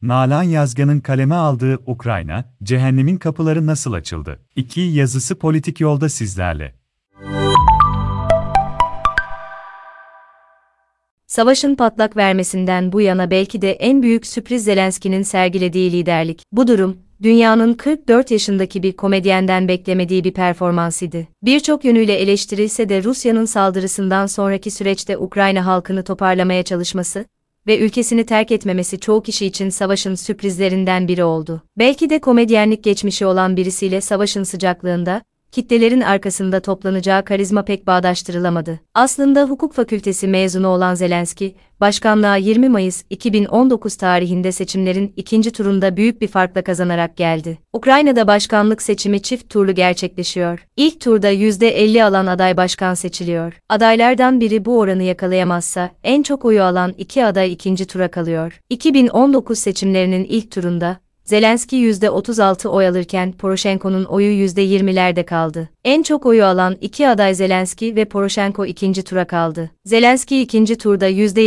Nalan Yazgan'ın kaleme aldığı Ukrayna, cehennemin kapıları nasıl açıldı? 2 yazısı politik yolda sizlerle. Savaşın patlak vermesinden bu yana belki de en büyük sürpriz Zelenski'nin sergilediği liderlik. Bu durum, dünyanın 44 yaşındaki bir komedyenden beklemediği bir performansıydı. Birçok yönüyle eleştirilse de Rusya'nın saldırısından sonraki süreçte Ukrayna halkını toparlamaya çalışması ve ülkesini terk etmemesi çoğu kişi için savaşın sürprizlerinden biri oldu. Belki de komedyenlik geçmişi olan birisiyle savaşın sıcaklığında, kitlelerin arkasında toplanacağı karizma pek bağdaştırılamadı. Aslında hukuk fakültesi mezunu olan Zelenski, başkanlığa 20 Mayıs 2019 tarihinde seçimlerin ikinci turunda büyük bir farkla kazanarak geldi. Ukrayna'da başkanlık seçimi çift turlu gerçekleşiyor. İlk turda %50 alan aday başkan seçiliyor. Adaylardan biri bu oranı yakalayamazsa, en çok oyu alan iki aday ikinci tura kalıyor. 2019 seçimlerinin ilk turunda, Zelenski %36 oy alırken Poroshenko'nun oyu %20'lerde kaldı. En çok oyu alan iki aday Zelenski ve Poroshenko ikinci tura kaldı. Zelenski ikinci turda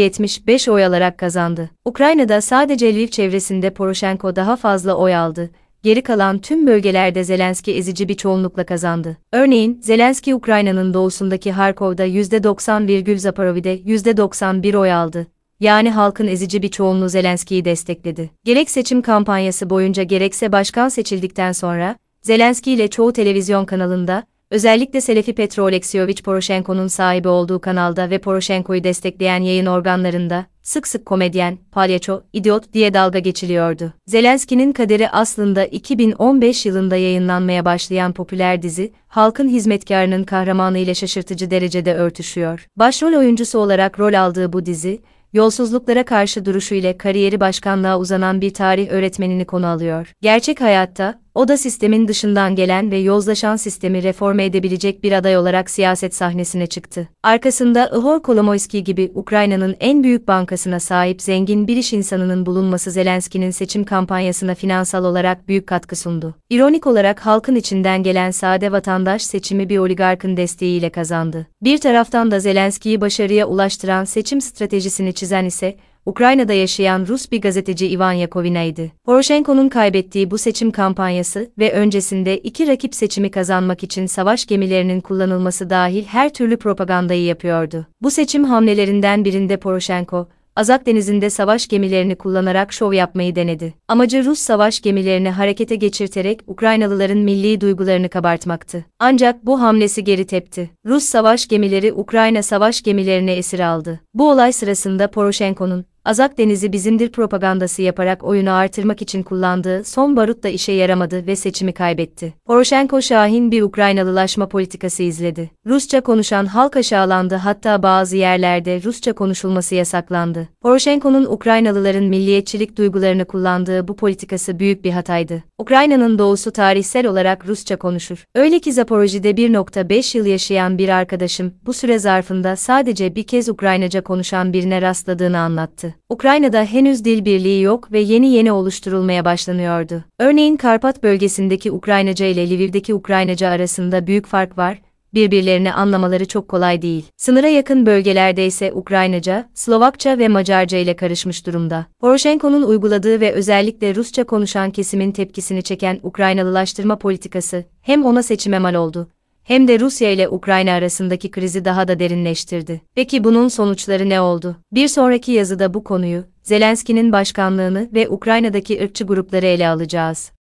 %75 oy alarak kazandı. Ukrayna'da sadece Lviv çevresinde Poroshenko daha fazla oy aldı. Geri kalan tüm bölgelerde Zelenski ezici bir çoğunlukla kazandı. Örneğin, Zelenski Ukrayna'nın doğusundaki Harkov'da %90, Zaporov'de %91 oy aldı. Yani halkın ezici bir çoğunluğu Zelenski'yi destekledi. Gerek seçim kampanyası boyunca gerekse başkan seçildikten sonra, Zelenski ile çoğu televizyon kanalında, özellikle Selefi Petro Oleksiyevich Poroshenko'nun sahibi olduğu kanalda ve Poroshenko'yu destekleyen yayın organlarında, sık sık komedyen, palyaço, idiot diye dalga geçiliyordu. Zelenski'nin kaderi aslında 2015 yılında yayınlanmaya başlayan popüler dizi, halkın hizmetkarının kahramanı ile şaşırtıcı derecede örtüşüyor. Başrol oyuncusu olarak rol aldığı bu dizi, yolsuzluklara karşı duruşu ile kariyeri başkanlığa uzanan bir tarih öğretmenini konu alıyor. Gerçek hayatta, o da sistemin dışından gelen ve yozlaşan sistemi reforme edebilecek bir aday olarak siyaset sahnesine çıktı. Arkasında Ihor Kolomoyski gibi Ukrayna'nın en büyük bankasına sahip zengin bir iş insanının bulunması Zelenski'nin seçim kampanyasına finansal olarak büyük katkı sundu. İronik olarak halkın içinden gelen sade vatandaş seçimi bir oligarkın desteğiyle kazandı. Bir taraftan da Zelenski'yi başarıya ulaştıran seçim stratejisini çizen ise, Ukrayna'da yaşayan Rus bir gazeteci Ivan Yakovina'ydı. Poroshenko'nun kaybettiği bu seçim kampanyası ve öncesinde iki rakip seçimi kazanmak için savaş gemilerinin kullanılması dahil her türlü propagandayı yapıyordu. Bu seçim hamlelerinden birinde Poroshenko, Azak Denizi'nde savaş gemilerini kullanarak şov yapmayı denedi. Amacı Rus savaş gemilerini harekete geçirterek Ukraynalıların milli duygularını kabartmaktı. Ancak bu hamlesi geri tepti. Rus savaş gemileri Ukrayna savaş gemilerini esir aldı. Bu olay sırasında Poroshenko'nun Azak Denizi bizimdir propagandası yaparak oyunu artırmak için kullandığı son barut da işe yaramadı ve seçimi kaybetti. Poroshenko şahin bir Ukraynalılaşma politikası izledi. Rusça konuşan halk aşağılandı, hatta bazı yerlerde Rusça konuşulması yasaklandı. Poroshenko'nun Ukraynalıların milliyetçilik duygularını kullandığı bu politikası büyük bir hataydı. Ukrayna'nın doğusu tarihsel olarak Rusça konuşur. Öyle ki Zaporojye'de 1,5 yıl yaşayan bir arkadaşım, bu süre zarfında sadece bir kez Ukraynaca konuşan birine rastladığını anlattı. Ukrayna'da henüz dil birliği yok ve yeni oluşturulmaya başlanıyordu. Örneğin Karpat bölgesindeki Ukraynaca ile Lviv'deki Ukraynaca arasında büyük fark var, birbirlerini anlamaları çok kolay değil. Sınıra yakın bölgelerde ise Ukraynaca, Slovakça ve Macarca ile karışmış durumda. Poroshenko'nun uyguladığı ve özellikle Rusça konuşan kesimin tepkisini çeken Ukraynalılaştırma politikası, hem ona seçime mal oldu, hem de Rusya ile Ukrayna arasındaki krizi daha da derinleştirdi. Peki bunun sonuçları ne oldu? Bir sonraki yazıda bu konuyu, Zelenski'nin başkanlığını ve Ukrayna'daki ırkçı grupları ele alacağız.